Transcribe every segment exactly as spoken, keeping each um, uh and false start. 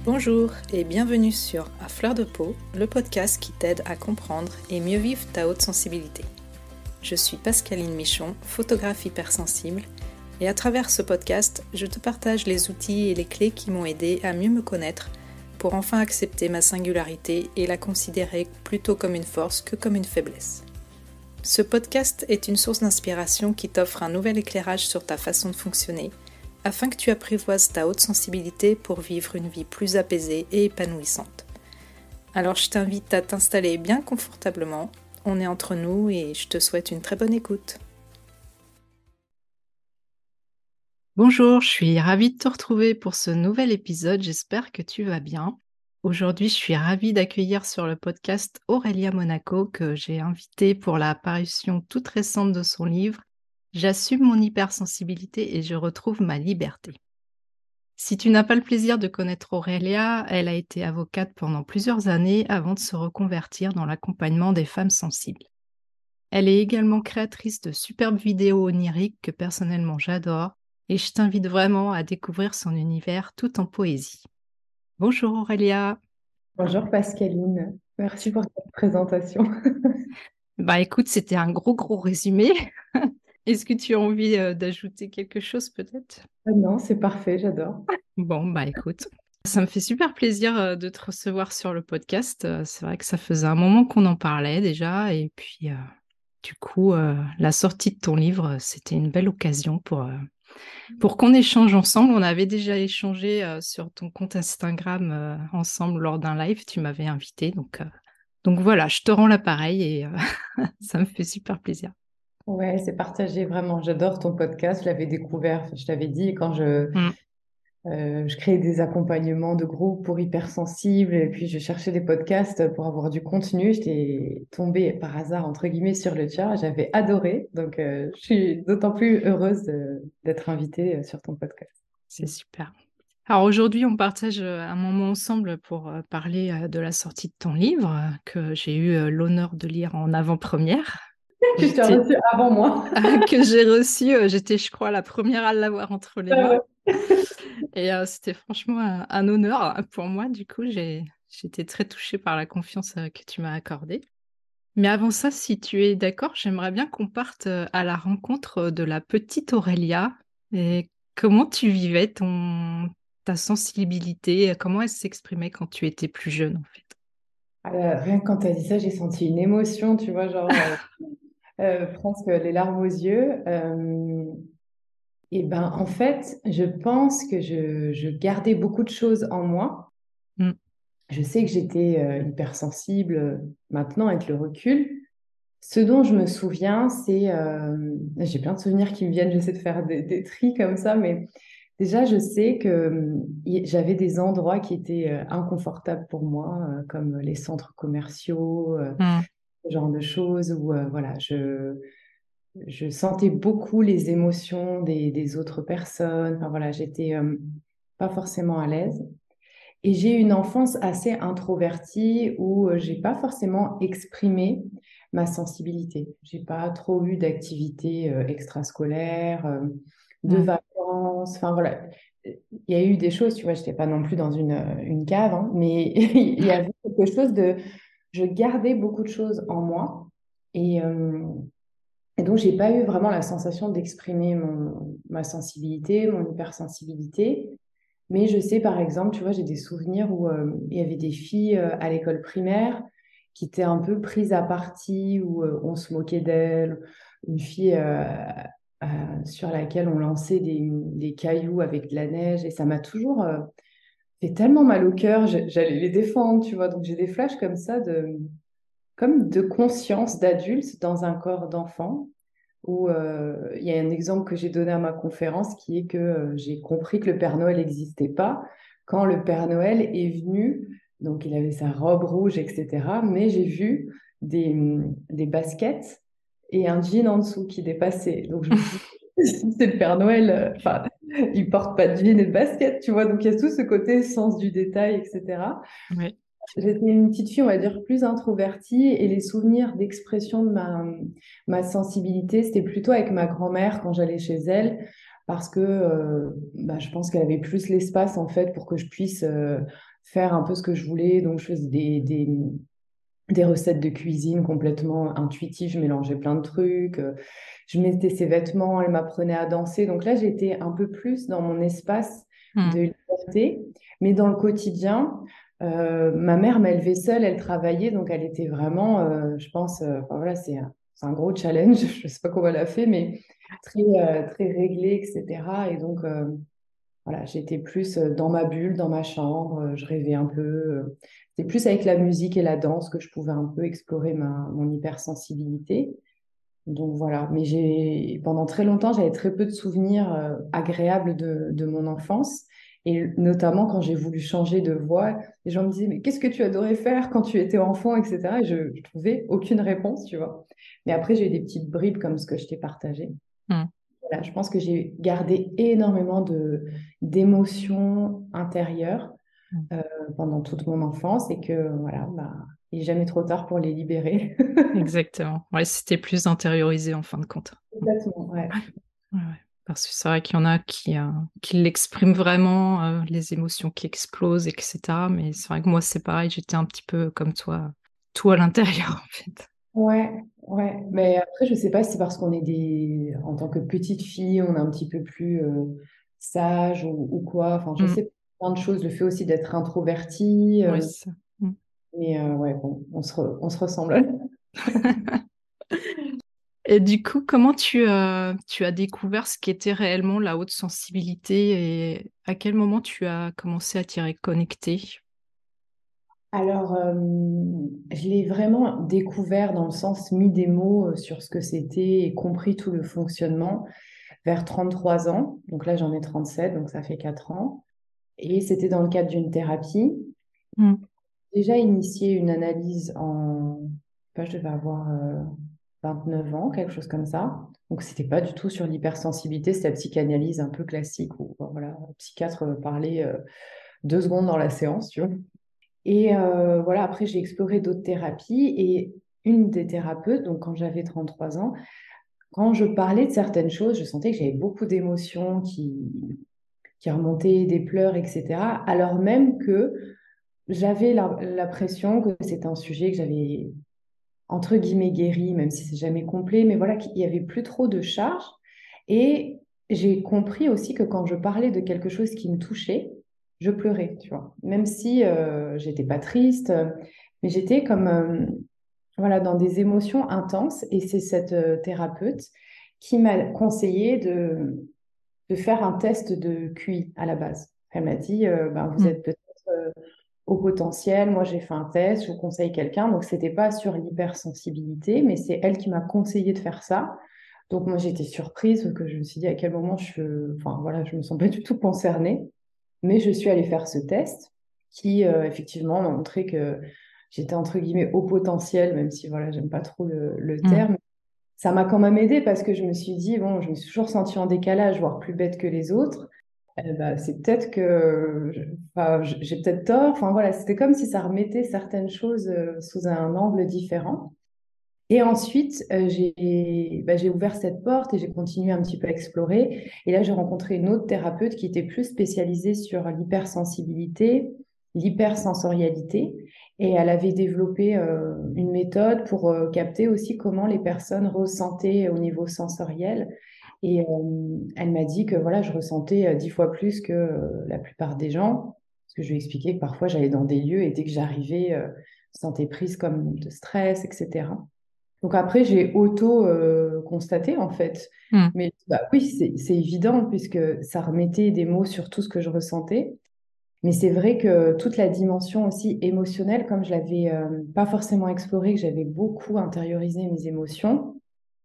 Bonjour et bienvenue sur À Fleur de Peau, le podcast qui t'aide à comprendre et mieux vivre ta haute sensibilité. Je suis Pascaline Michon, photographe hypersensible, et à travers ce podcast, je te partage les outils et les clés qui m'ont aidé à mieux me connaître pour enfin accepter ma singularité et la considérer plutôt comme une force que comme une faiblesse. Ce podcast est une source d'inspiration qui t'offre un nouvel éclairage sur ta façon de fonctionner, afin que tu apprivoises ta haute sensibilité pour vivre une vie plus apaisée et épanouissante. Alors je t'invite à t'installer bien confortablement, on est entre nous et je te souhaite une très bonne écoute. Bonjour, je suis ravie de te retrouver pour ce nouvel épisode, j'espère que tu vas bien. Aujourd'hui, je suis ravie d'accueillir sur le podcast Aurélia Monaco que j'ai invitée pour la parution toute récente de son livre J'assume mon hypersensibilité et je retrouve ma liberté. Si tu n'as pas le plaisir de connaître Aurélia, elle a été avocate pendant plusieurs années avant de se reconvertir dans l'accompagnement des femmes sensibles. Elle est également créatrice de superbes vidéos oniriques que personnellement j'adore et je t'invite vraiment à découvrir son univers tout en poésie. Bonjour Aurélia. Bonjour Pascaline, merci pour cette présentation. Bah écoute, c'était un gros gros résumé. Est-ce que tu as envie euh, d'ajouter quelque chose peut-être? Ah non, c'est parfait, j'adore. Bon, bah écoute, ça me fait super plaisir euh, de te recevoir sur le podcast. Euh, c'est vrai que ça faisait un moment qu'on en parlait déjà. Et puis, euh, du coup, euh, la sortie de ton livre, euh, c'était une belle occasion pour, euh, pour qu'on échange ensemble. On avait déjà échangé euh, sur ton compte Instagram euh, ensemble lors d'un live. Tu m'avais invité. Donc, euh, donc voilà, je te rends l'appareil et euh, ça me fait super plaisir. Ouais, c'est partagé vraiment. J'adore ton podcast. Je l'avais découvert, je t'avais dit, quand je, Mm. euh, je créais des accompagnements de groupe pour hypersensibles et puis je cherchais des podcasts pour avoir du contenu. J'étais tombée par hasard, entre guillemets, sur le tien. J'avais adoré. Donc, euh, je suis d'autant plus heureuse de- d'être invitée euh, sur ton podcast. C'est super. Alors aujourd'hui, on partage euh, un moment ensemble pour euh, parler euh, de la sortie de ton livre euh, que j'ai eu euh, l'honneur de lire en avant-première. Tu t'es J'étais reçue avant moi. que j'ai reçu, euh, j'étais, je crois, la première à l'avoir entre les Ah mains. ouais. Et euh, c'était franchement un, un honneur pour moi. Du coup, j'ai, j'étais très touchée par la confiance euh, que tu m'as accordée. Mais avant ça, si tu es d'accord, j'aimerais bien qu'on parte euh, à la rencontre euh, de la petite Aurélia. Et comment tu vivais ton, ta sensibilité? Comment elle s'exprimait quand tu étais plus jeune, en fait? Euh, rien que quand tu as dit ça, j'ai senti une émotion, tu vois, genre. euh, euh, presque les larmes aux yeux. Euh, et ben, en fait, je pense que je, je gardais beaucoup de choses en moi. Mm, Je sais que j'étais euh, hypersensible euh, maintenant avec le recul. Ce dont je me souviens, c'est... euh, j'ai plein de souvenirs qui me viennent, j'essaie de faire des, des tris comme ça, mais déjà, je sais que euh, y- j'avais des endroits qui étaient euh, inconfortables pour moi, euh, comme les centres commerciaux, euh, mm, ce genre de choses où, euh, voilà, je je sentais beaucoup les émotions des, des autres personnes. Enfin, voilà, j'étais euh, pas forcément à l'aise. Et j'ai eu une enfance assez introvertie où euh, j'ai pas forcément exprimé ma sensibilité. J'ai pas trop eu d'activités euh, extrascolaires, euh, de mm. vacances. Enfin voilà, il y a eu des choses. Tu vois, j'étais pas non plus dans une, euh, une cave, hein, mais il y avait quelque chose de. Je gardais beaucoup de choses en moi. Et, euh, et donc, j'ai pas eu vraiment la sensation d'exprimer mon, ma sensibilité, mon hypersensibilité. Mais je sais, par exemple, tu vois, j'ai des souvenirs où euh, il y avait des filles euh, à l'école primaire qui étaient un peu prises à partie, où euh, on se moquait d'elles. Une fille euh, euh, sur laquelle on lançait des, des cailloux avec de la neige. Et ça m'a toujours euh, fait tellement mal au cœur. J'ai- J'allais les défendre, tu vois. Donc, j'ai des flashs comme ça, de, comme de conscience d'adulte dans un corps d'enfant où euh, il y a un exemple que j'ai donné à ma conférence qui est que euh, j'ai compris que le Père Noël n'existait pas quand le Père Noël est venu. Donc, il avait sa robe rouge, et cetera. Mais j'ai vu des, des baskets et un jean en dessous qui dépassait. Donc, je me suis dit, c'est le Père Noël, euh, enfin, il porte pas de jean et de basket, tu vois. Donc, il y a tout ce côté sens du détail, et cetera. Ouais. J'étais une petite fille, on va dire, plus introvertie et les souvenirs d'expression de ma, ma sensibilité, c'était plutôt avec ma grand-mère quand j'allais chez elle parce que euh, bah, je pense qu'elle avait plus l'espace en fait pour que je puisse euh, faire un peu ce que je voulais. Donc, je faisais des, des, des recettes de cuisine complètement intuitives. Je mélangeais plein de trucs. euh, Je mettais ses vêtements, elle m'apprenait à danser. Donc là, j'étais un peu plus dans mon espace Mm. de liberté. Mais dans le quotidien, euh, ma mère m'a élevée seule, elle travaillait. Donc elle était vraiment, euh, je pense, euh, enfin, voilà, c'est un, c'est un gros challenge. Je ne sais pas comment elle a fait, mais très, euh, très réglée, et cetera. Et donc, euh, voilà, j'étais plus euh, dans ma bulle, dans ma chambre, euh, je rêvais un peu. euh, C'était plus avec la musique et la danse que je pouvais un peu explorer ma, mon hypersensibilité. Donc voilà, mais j'ai pendant très longtemps, j'avais très peu de souvenirs euh, agréables de, de mon enfance. Et notamment quand j'ai voulu changer de voie, les gens me disaient, mais qu'est-ce que tu adorais faire quand tu étais enfant, et cetera. Et je, je trouvais aucune réponse, tu vois. Mais après, j'ai eu des petites bribes comme ce que je t'ai partagé. Mm. Voilà, je pense que j'ai gardé énormément de d'émotions intérieures Mm. euh, pendant toute mon enfance et que voilà, bah, il n'est jamais trop tard pour les libérer. Exactement. Ouais, c'était plus intériorisé en fin de compte. Mm. Complètement, ouais. Ouais, ouais. Parce que c'est vrai qu'il y en a qui, euh, qui l'expriment vraiment, euh, les émotions qui explosent, et cetera. Mais c'est vrai que moi, c'est pareil, j'étais un petit peu comme toi, tout à l'intérieur, en fait. Ouais, ouais. Mais après, je sais pas si c'est parce qu'on est des, en tant que petite fille, on est un petit peu plus euh, sage ou, ou quoi. Enfin, je Mm. sais plein de choses. Le fait aussi d'être introverti. Ouais, euh, c'est ça. Mm. mais euh, ouais, bon, on se, re- on se ressemble. Et du coup, comment tu, euh, tu as découvert ce qu'était réellement la haute sensibilité et à quel moment tu as commencé à t'y reconnecter? Alors, euh, je l'ai vraiment découvert dans le sens mis des mots euh, sur ce que c'était et compris tout le fonctionnement vers trente-trois ans. Donc là, j'en ai trente-sept, donc ça fait quatre ans. Et c'était dans le cadre d'une thérapie. Mm. Déjà initié une analyse en, je sais pas, je devais avoir euh, vingt-neuf ans, quelque chose comme ça. Donc, c'était pas du tout sur l'hypersensibilité, c'était la psychanalyse un peu classique où bon, voilà, le psychiatre euh, parlait euh, deux secondes dans la séance, tu vois. Et euh, voilà, après, j'ai exploré d'autres thérapies et une des thérapeutes, donc quand j'avais trente-trois ans, quand je parlais de certaines choses, je sentais que j'avais beaucoup d'émotions qui, qui remontaient, des pleurs, et cetera. Alors même que j'avais la- l'impression que c'était un sujet que j'avais, entre guillemets, guéri, même si c'est jamais complet, mais voilà, qu'il y avait plus trop de charge. Et j'ai compris aussi que quand je parlais de quelque chose qui me touchait, je pleurais, tu vois. Même si euh, j'étais pas triste, euh, mais j'étais comme euh, voilà, dans des émotions intenses. Et c'est cette euh, thérapeute qui m'a conseillé de, de faire un test de Q I à la base. Elle m'a dit, euh, ben, vous Mm. êtes peut-être euh, au potentiel. Moi, j'ai fait un test, je vous conseille quelqu'un. Donc, c'était pas sur l'hypersensibilité, mais c'est elle qui m'a conseillé de faire ça. Donc, moi, j'étais surprise parce que je me suis dit à quel moment je, enfin, voilà, je me sens pas du tout concernée. Mais je suis allée faire ce test qui, euh, effectivement, m'a montré que j'étais entre guillemets au potentiel, même si, voilà, j'aime pas trop le, le Mm. terme. Ça m'a quand même aidée parce que je me suis dit, bon, je me suis toujours sentie en décalage, voire plus bête que les autres. Eh ben, c'est peut-être que je- enfin, j- j'ai peut-être tort. Enfin voilà, c'était comme si ça remettait certaines choses euh, sous un angle différent. Et ensuite, euh, j'ai bah, j'ai ouvert cette porte et j'ai continué un petit peu à explorer. Et là, j'ai rencontré une autre thérapeute qui était plus spécialisée sur l'hypersensibilité, l'hypersensorialité. Et elle avait développé euh, une méthode pour euh, capter aussi comment les personnes ressentaient au niveau sensoriel. Et euh, elle m'a dit que voilà, je ressentais euh, dix fois plus que euh, la plupart des gens. Parce que je lui ai expliqué que parfois j'allais dans des lieux et dès que j'arrivais, euh, je sentais prise comme de stress, et cetera. Donc après, j'ai auto-constaté en fait. Mm. Mais bah, oui, c'est c'est évident puisque ça remettait des mots sur tout ce que je ressentais. Mais c'est vrai que toute la dimension aussi émotionnelle, comme je l'avais euh, pas forcément explorée, que j'avais beaucoup intériorisé mes émotions,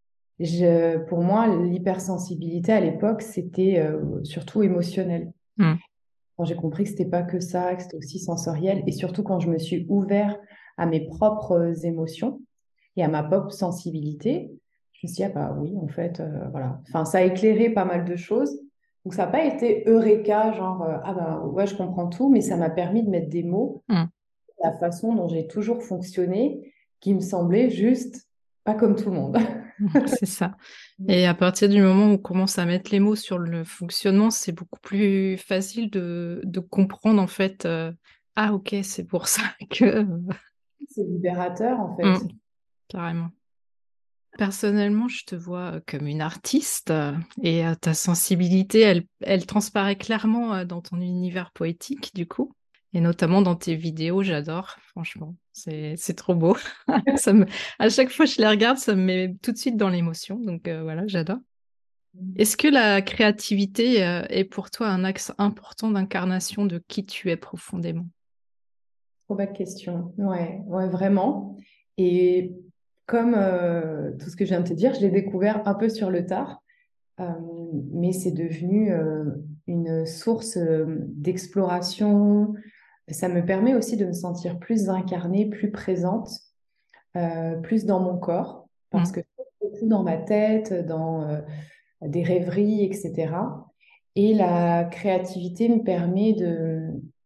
je, pour moi, l'hypersensibilité à l'époque, c'était euh, surtout émotionnel. Mm. Quand j'ai compris que c'était pas que ça, que c'était aussi sensoriel, et surtout quand je me suis ouvert à mes propres émotions et à ma propre sensibilité, je me suis dit, ah bah oui, en fait, euh, voilà. Enfin, ça a éclairé pas mal de choses. Donc, ça n'a pas été eureka, genre, euh, ah bah ouais, je comprends tout, mais ça m'a permis de mettre des mots, Mm. la façon dont j'ai toujours fonctionné, qui me semblait juste pas comme tout le monde. C'est ça. Et à partir du moment où on commence à mettre les mots sur le fonctionnement, c'est beaucoup plus facile de, de comprendre en fait, euh, Ah ok, c'est pour ça que... C'est libérateur, en fait. Mm, carrément. Personnellement, je te vois euh, comme une artiste euh, et euh, ta sensibilité, elle, elle transparaît clairement euh, dans ton univers poétique, du coup, et notamment dans tes vidéos, j'adore, franchement, c'est c'est trop beau. Ça me, à chaque fois que je les regarde, ça me met tout de suite dans l'émotion, donc euh, voilà, j'adore. Est-ce que la créativité euh, est pour toi un axe important d'incarnation de qui tu es profondément? Trop belle question. Ouais, ouais, vraiment. Et comme euh, tout ce que je viens de te dire, je l'ai découvert un peu sur le tard, euh, mais c'est devenu euh, une source euh, d'exploration. Ça me permet aussi de me sentir plus incarnée, plus présente, euh, plus dans mon corps, parce Mm, que je suis beaucoup dans ma tête, dans euh, des rêveries, et cetera. Et la créativité me permet de,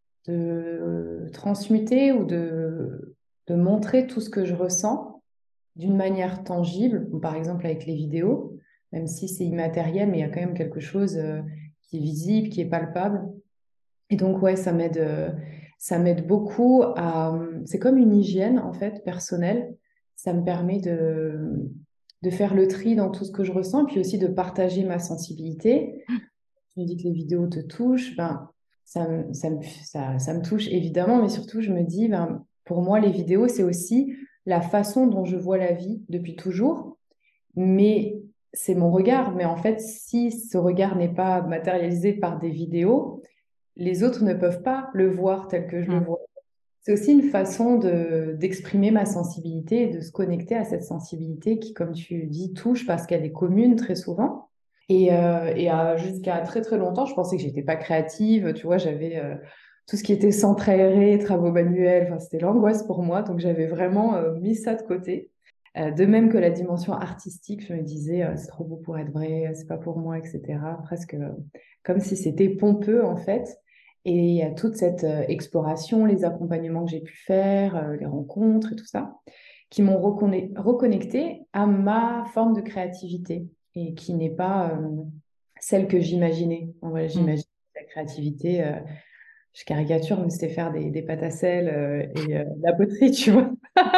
de transmuter ou de, de montrer tout ce que je ressens d'une manière tangible, par exemple avec les vidéos, même si c'est immatériel, mais il y a quand même quelque chose euh, qui est visible, qui est palpable. Et donc, ouais, ça m'aide, euh, ça m'aide beaucoup à... C'est comme une hygiène, en fait, personnelle. Ça me permet de, de faire le tri dans tout ce que je ressens, puis aussi de partager ma sensibilité. Tu me dis que les vidéos te touchent, ben, ça, me- ça, me, ça, ça me touche évidemment, mais surtout, je me dis, ben, pour moi, les vidéos, c'est aussi la façon dont je vois la vie depuis toujours, mais c'est mon regard. Mais en fait, si ce regard n'est pas matérialisé par des vidéos, les autres ne peuvent pas le voir tel que je le mm, vois. C'est aussi une façon de, d'exprimer ma sensibilité et de se connecter à cette sensibilité qui, comme tu dis, touche parce qu'elle est commune très souvent. Et, euh, et à- jusqu'à très très longtemps, je pensais que j'étais pas créative. Tu vois, j'avais euh, tout ce qui était centre aéré, travaux manuels. Enfin, c'était l'angoisse pour moi. Donc j'avais vraiment euh, mis ça de côté. Euh, de même que la dimension artistique, je me disais, euh, c'est trop beau pour être vrai, c'est pas pour moi, et cetera. Presque euh, comme si c'était pompeux en fait. Et il y a toute cette euh, exploration, les accompagnements que j'ai pu faire, euh, les rencontres et tout ça, qui m'ont reconnecté reconnecté à ma forme de créativité et qui n'est pas euh, celle que j'imaginais. En vrai, mm. j'imagine que la créativité, euh, je caricature, mais c'était faire des, des pâtes à sel euh, et euh, de la poterie, tu vois.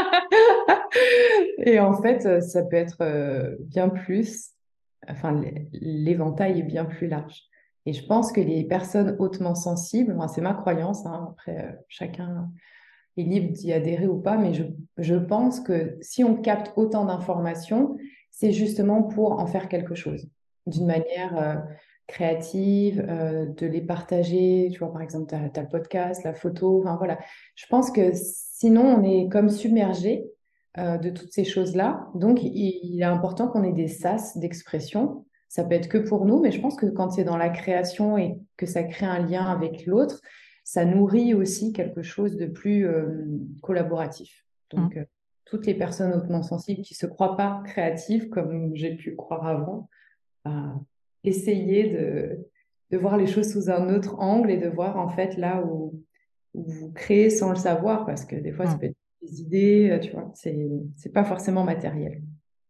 Et en fait, euh, ça peut être euh, bien plus, enfin, l- l'éventail est bien plus large. Et je pense que les personnes hautement sensibles, moi, c'est ma croyance, hein, après, euh, chacun est libre d'y adhérer ou pas, mais je, je pense que si on capte autant d'informations, c'est justement pour en faire quelque chose, d'une manière euh, créative, euh, de les partager. Tu vois, par exemple, tu as, le podcast, la photo, enfin voilà. Je pense que sinon, on est comme submergé euh, de toutes ces choses-là. Donc, il, il est important qu'on ait des sas d'expression. Ça peut être que pour nous, mais je pense que quand c'est dans la création et que ça crée un lien avec l'autre, ça nourrit aussi quelque chose de plus euh, collaboratif. Mm. Donc, euh, toutes les personnes hautement sensibles qui ne se croient pas créatives, comme j'ai pu croire avant, à essayer de, de voir les choses sous un autre angle et de voir en fait là où, où vous créez sans le savoir, parce que des fois, ça Mm. peut être des idées, euh, tu vois, c'est, c'est pas forcément matériel.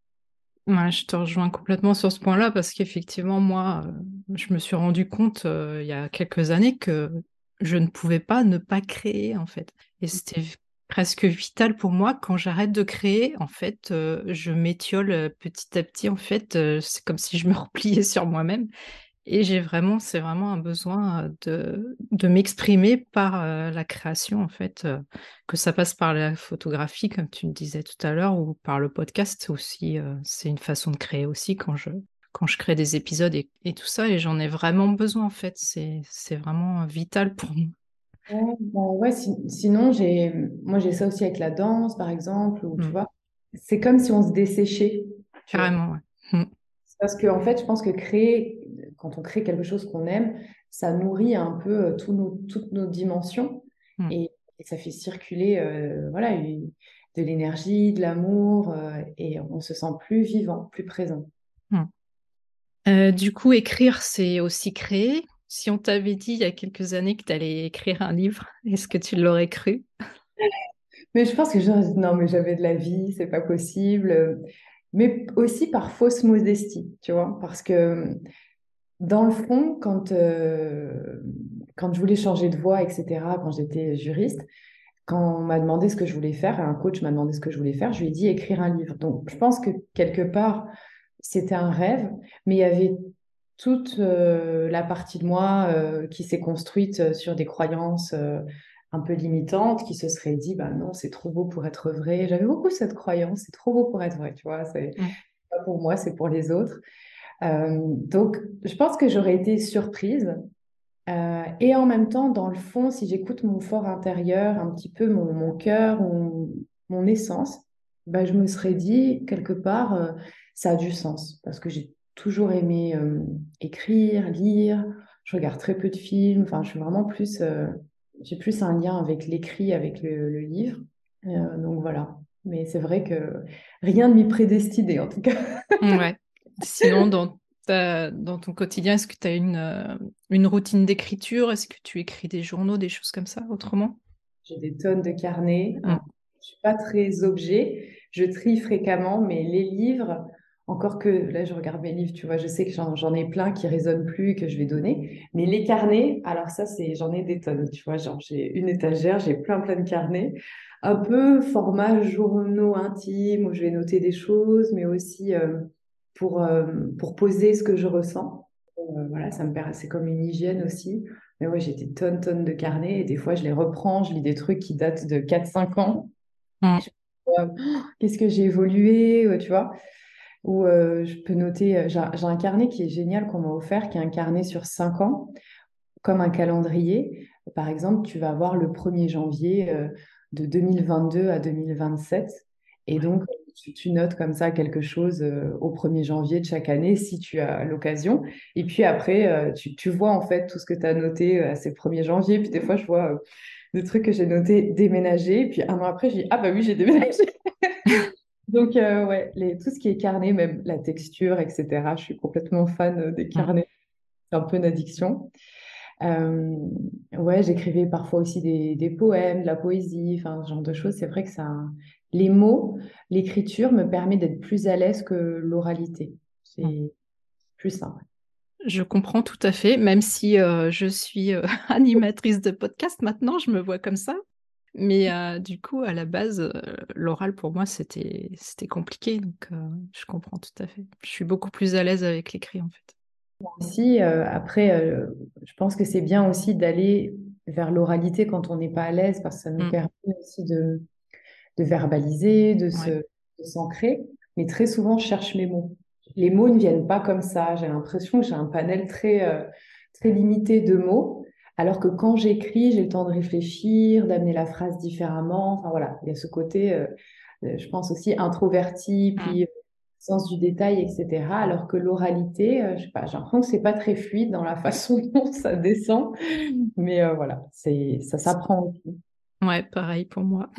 Ouais, je te rejoins complètement sur ce point-là parce qu'effectivement, moi, euh, je me suis rendu compte euh, il y a quelques années que je ne pouvais pas ne pas créer, en fait. Et c'était presque vital pour moi. Quand j'arrête de créer, en fait, euh, je m'étiole euh, petit à petit. En fait, euh, c'est comme si je me repliais sur moi-même. Et j'ai vraiment, c'est vraiment un besoin euh, de, de m'exprimer par euh, la création, en fait, euh, que ça passe par la photographie, comme tu me disais tout à l'heure, ou par le podcast aussi. Euh, c'est une façon de créer aussi quand je, quand je crée des épisodes et, et tout ça. Et j'en ai vraiment besoin, en fait. C'est, c'est vraiment vital pour moi. Ouais, bon, ouais, si- sinon, j'ai, moi, j'ai ça aussi avec la danse, par exemple, ou tu Mm. vois, c'est comme si on se desséchait, tu vois. Carrément, ouais. Mm. Parce qu'en en fait, je pense que créer, quand on crée quelque chose qu'on aime, ça nourrit un peu euh, tous nos- toutes nos dimensions Mm. et, et ça fait circuler euh, voilà, une- de l'énergie, de l'amour euh, et on se sent plus vivant, plus présent. Mm. Euh, du coup, écrire, c'est aussi créer. Si on t'avait dit il y a quelques années que tu allais écrire un livre, est-ce que tu l'aurais cru? Mais je pense que j'aurais dit non, mais j'avais de la vie, c'est pas possible. Mais aussi par fausse modestie, tu vois, parce que dans le fond, quand, euh, quand je voulais changer de voie, et cetera, quand j'étais juriste, quand on m'a demandé ce que je voulais faire, un coach m'a demandé ce que je voulais faire, je lui ai dit écrire un livre. Donc, je pense que quelque part, c'était un rêve, mais il y avait toute euh, la partie de moi euh, qui s'est construite euh, sur des croyances euh, un peu limitantes, qui se serait dit, bah non, c'est trop beau pour être vrai. J'avais beaucoup cette croyance, c'est trop beau pour être vrai, tu vois, c'est Mm. pas pour moi, c'est pour les autres. Euh, donc, je pense que j'aurais été surprise. Euh, et en même temps, dans le fond, si j'écoute mon fort intérieur, un petit peu mon, mon cœur, mon, mon essence, bah, je me serais dit, quelque part, euh, ça a du sens. Parce que j'ai toujours aimé euh, écrire, lire. Je regarde très peu de films. Enfin, je suis vraiment plus, euh, j'ai plus un lien avec l'écrit, avec le, le livre. Euh, donc voilà. Mais c'est vrai que rien ne m'y prédestinait, en tout cas. Ouais. Sinon, dans ta- dans ton quotidien, est-ce que tu as une, euh, une routine d'écriture? Est-ce que tu écris des journaux, des choses comme ça, autrement? J'ai des tonnes de carnets. Euh, Mm. je suis pas très objet. Je trie fréquemment, mais les livres, encore que là, je regarde mes livres, tu vois, je sais que j'en, j'en ai plein qui résonnent plus et que je vais donner. Mais les carnets, alors ça, c'est, j'en ai des tonnes, tu vois. Genre, j'ai une étagère, j'ai plein, plein de carnets. Un peu format journaux intimes où je vais noter des choses, mais aussi euh, pour, euh, pour poser ce que je ressens. Euh, voilà, ça me paraît, c'est comme une hygiène aussi. Mais ouais, j'ai des tonnes, tonnes de carnets et des fois, je les reprends, je lis des trucs qui datent de quatre cinq ans. Mm. Et je me dis, euh, Oh, qu'est-ce que j'ai évolué, euh, tu vois? Ou euh, je peux noter, euh, j'ai un j'ai un carnet qui est génial qu'on m'a offert, qui est un carnet sur cinq ans, comme un calendrier. Par exemple, tu vas avoir le premier janvier euh, de deux mille vingt-deux à deux mille vingt-sept. Et Ouais. donc, tu, tu notes comme ça quelque chose euh, au premier janvier de chaque année, si tu as l'occasion. Et puis après, euh, tu, tu vois en fait tout ce que tu as noté euh, à ces premiers janvier. Puis des fois, je vois euh, des trucs que j'ai notés déménager. Puis un an après, je dis, ah bah oui, j'ai déménagé. Donc, euh, ouais, les, tout ce qui est carnet, même la texture, et cetera. Je suis complètement fan euh, des Mm. carnets. C'est un peu une addiction. Euh, ouais, j'écrivais parfois aussi des, des poèmes, de la poésie, enfin, ce genre de choses. C'est vrai que ça, les mots, l'écriture me permet d'être plus à l'aise que l'oralité. Mm. C'est plus simple. Je comprends tout à fait, même si euh, je suis euh, animatrice de podcast maintenant, je me vois comme ça. Mais euh, du coup, à la base, euh, l'oral pour moi, c'était c'était compliqué, donc euh, je comprends tout à fait. Je suis beaucoup plus à l'aise avec l'écrit, en fait. Aussi, euh, après, euh, je pense que c'est bien aussi d'aller vers l'oralité quand on n'est pas à l'aise, parce que ça nous Mm. permet aussi de, de verbaliser, de se, Ouais. de s'ancrer. Mais très souvent, je cherche mes mots. Les mots ne viennent pas comme ça. J'ai l'impression que j'ai un panel très, euh, très limité de mots. Alors que quand j'écris, j'ai le temps de réfléchir, d'amener la phrase différemment. Enfin voilà, il y a ce côté, euh, euh, je pense aussi introverti, Mm. puis euh, sens du détail, et cetera. Alors que l'oralité, euh, je sais pas, j'ai l'impression que c'est pas très fluide dans la façon dont ça descend. Mais euh, voilà, c'est, ça s'apprend aussi. Ouais, pareil pour moi.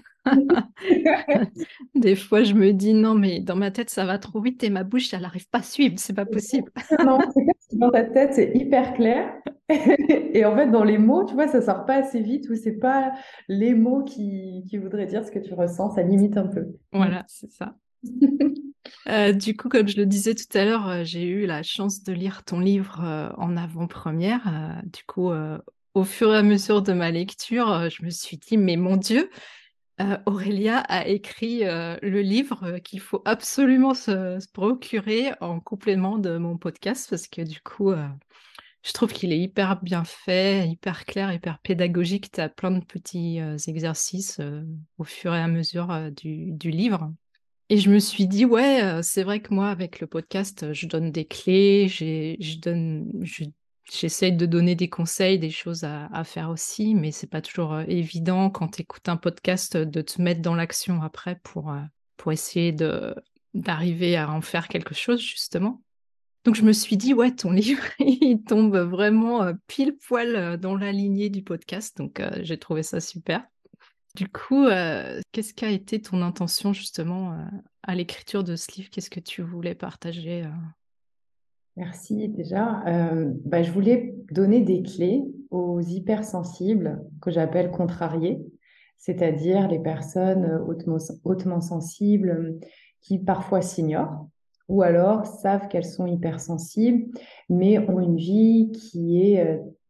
Des fois, je me dis non, mais dans ma tête, ça va trop vite et ma bouche, elle n'arrive pas à suivre, c'est pas possible. Non, c'est comme si dans ta tête, c'est hyper clair. Et en fait, dans les mots, tu vois, ça sort pas assez vite ou c'est pas les mots qui, qui voudraient dire ce que tu ressens. Ça limite un peu. Mm. Voilà, c'est ça. Euh, du coup, comme je le disais tout à l'heure, euh, j'ai eu la chance de lire ton livre euh, en avant-première. Euh, du coup, euh, au fur et à mesure de ma lecture, euh, je me suis dit, mais mon Dieu, euh, Aurélia a écrit euh, le livre euh, qu'il faut absolument se, se procurer en complément de mon podcast parce que du coup, euh, je trouve qu'il est hyper bien fait, hyper clair, hyper pédagogique. Tu as plein de petits euh, exercices euh, au fur et à mesure euh, du, du livre. Et je me suis dit, ouais, euh, c'est vrai que moi, avec le podcast, euh, je donne des clés, j'ai, je donne, je- j'essaye de donner des conseils, des choses à, à faire aussi, mais c'est pas toujours euh, évident quand tu écoutes un podcast euh, de te mettre dans l'action après pour, euh, pour essayer de, d'arriver à en faire quelque chose, justement. Donc je me suis dit, ouais, ton livre, il tombe vraiment euh, pile poil euh, dans la lignée du podcast, donc euh, j'ai trouvé ça super. Du coup, euh, qu'est-ce qu'a été ton intention justement euh, à l'écriture de ce livre? Qu'est-ce que tu voulais partager euh Merci déjà. Euh, bah, je voulais donner des clés aux hypersensibles que j'appelle contrariés, c'est-à-dire les personnes euh, hautement, hautement sensibles euh, qui parfois s'ignorent ou alors savent qu'elles sont hypersensibles, mais ont une vie qui est euh,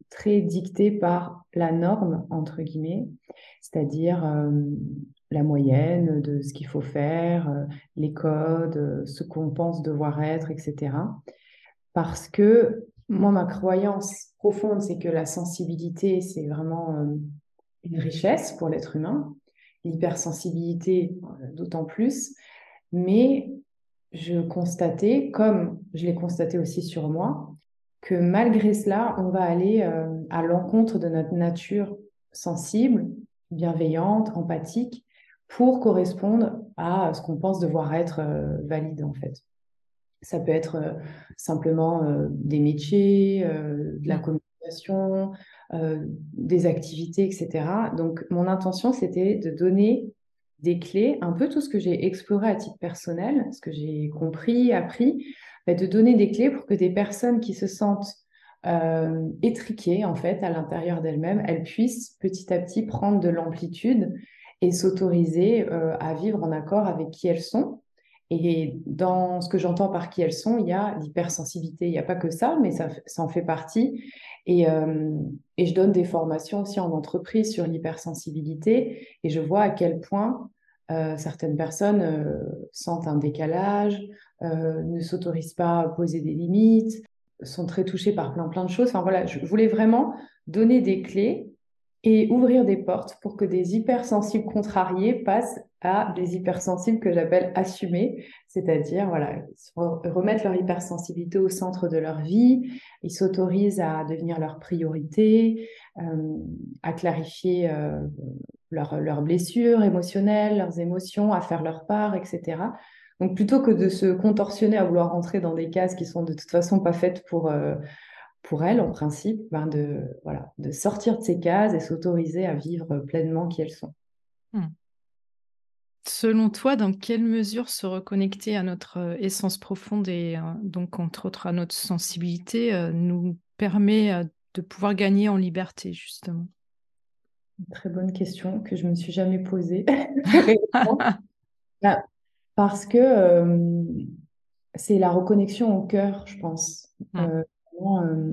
très dicté par la norme, entre guillemets, c'est-à-dire euh, la moyenne de ce qu'il faut faire, euh, les codes, euh, ce qu'on pense devoir être, et cetera. Parce que moi, ma croyance profonde, c'est que la sensibilité, c'est vraiment euh, une richesse pour l'être humain. L'hypersensibilité, euh, d'autant plus. Mais je constatais, comme je l'ai constaté aussi sur moi, que malgré cela, on va aller euh, à l'encontre de notre nature sensible, bienveillante, empathique, pour correspondre à ce qu'on pense devoir être euh, valide en fait. Ça peut être euh, simplement euh, des métiers, euh, de la Mm. communication, euh, des activités, et cetera. Donc, mon intention, c'était de donner des clés, un peu tout ce que j'ai exploré à titre personnel, ce que j'ai compris, appris, mais de donner des clés pour que des personnes qui se sentent euh, étriquées, en fait, à l'intérieur d'elles-mêmes, elles puissent petit à petit prendre de l'amplitude et s'autoriser euh, à vivre en accord avec qui elles sont. Et dans ce que j'entends par qui elles sont, il y a l'hypersensibilité. Il n'y a pas que ça, mais ça, ça en fait partie. Et, euh, et je donne des formations aussi en entreprise sur l'hypersensibilité. Et je vois à quel point euh, certaines personnes euh, sentent un décalage, euh, ne s'autorisent pas à poser des limites, sont très touchées par plein, plein de choses. Enfin voilà, je voulais vraiment donner des clés et ouvrir des portes pour que des hypersensibles contrariés passent à des hypersensibles que j'appelle assumés, c'est-à-dire voilà, remettre leur hypersensibilité au centre de leur vie, ils s'autorisent à devenir leur priorité, euh, à clarifier euh, leurs leurs blessures émotionnelles, leurs émotions, à faire leur part, et cetera. Donc plutôt que de se contorsionner à vouloir rentrer dans des cases qui sont de toute façon pas faites pour... Euh, pour elles, en principe, ben de, voilà, de sortir de ces cases et s'autoriser à vivre pleinement qui elles sont. Mm. Selon toi, dans quelle mesure se reconnecter à notre euh, essence profonde et euh, donc entre autres à notre sensibilité euh, nous permet euh, de pouvoir gagner en liberté, justement? Une très bonne question que je ne me suis jamais posée. Ben, parce que euh, c'est la reconnexion au cœur, je pense. Mm. Euh, vraiment, euh,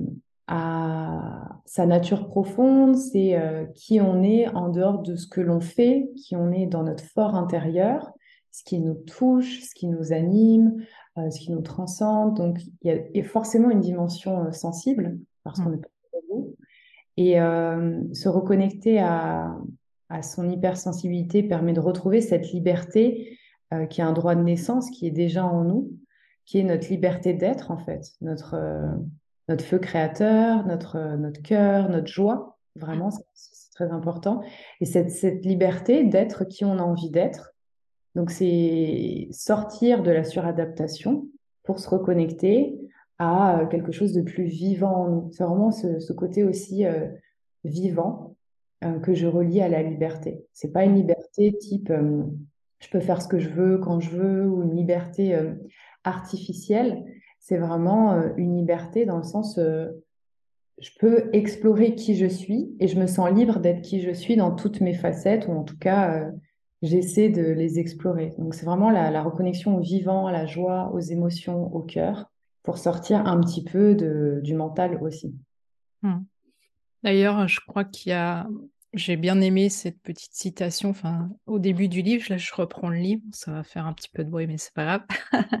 à sa nature profonde, c'est euh, qui on est en dehors de ce que l'on fait, qui on est dans notre fort intérieur, ce qui nous touche, ce qui nous anime, euh, ce qui nous transcende. Donc, il y a, il y a forcément une dimension euh, sensible, parce qu'on Mm. n'est pas robot. Et euh, se reconnecter à, à son hypersensibilité permet de retrouver cette liberté euh, qui est un droit de naissance, qui est déjà en nous, qui est notre liberté d'être en fait, notre, euh, notre feu créateur, notre, euh, notre cœur, notre joie. Vraiment, c'est c'est très important. Et cette, cette liberté d'être qui on a envie d'être. Donc, c'est sortir de la suradaptation pour se reconnecter à euh, quelque chose de plus vivant en nous. C'est vraiment ce, ce côté aussi euh, vivant euh, que je relie à la liberté. C'est pas une Mm. liberté type euh, je peux faire ce que je veux quand je veux ou une liberté euh, artificielle. C'est vraiment euh, une liberté dans le sens euh, je peux explorer qui je suis et je me sens libre d'être qui je suis dans toutes mes facettes, ou en tout cas, euh, j'essaie de les explorer. Donc, c'est vraiment la, la reconnexion au vivant, à la joie, aux émotions, au cœur, pour sortir un petit peu de, du mental aussi. Mm. D'ailleurs, je crois qu'il y a... J'ai bien aimé cette petite citation, enfin, au début du livre, là je reprends le livre, ça va faire un petit peu de bruit, mais c'est pas grave.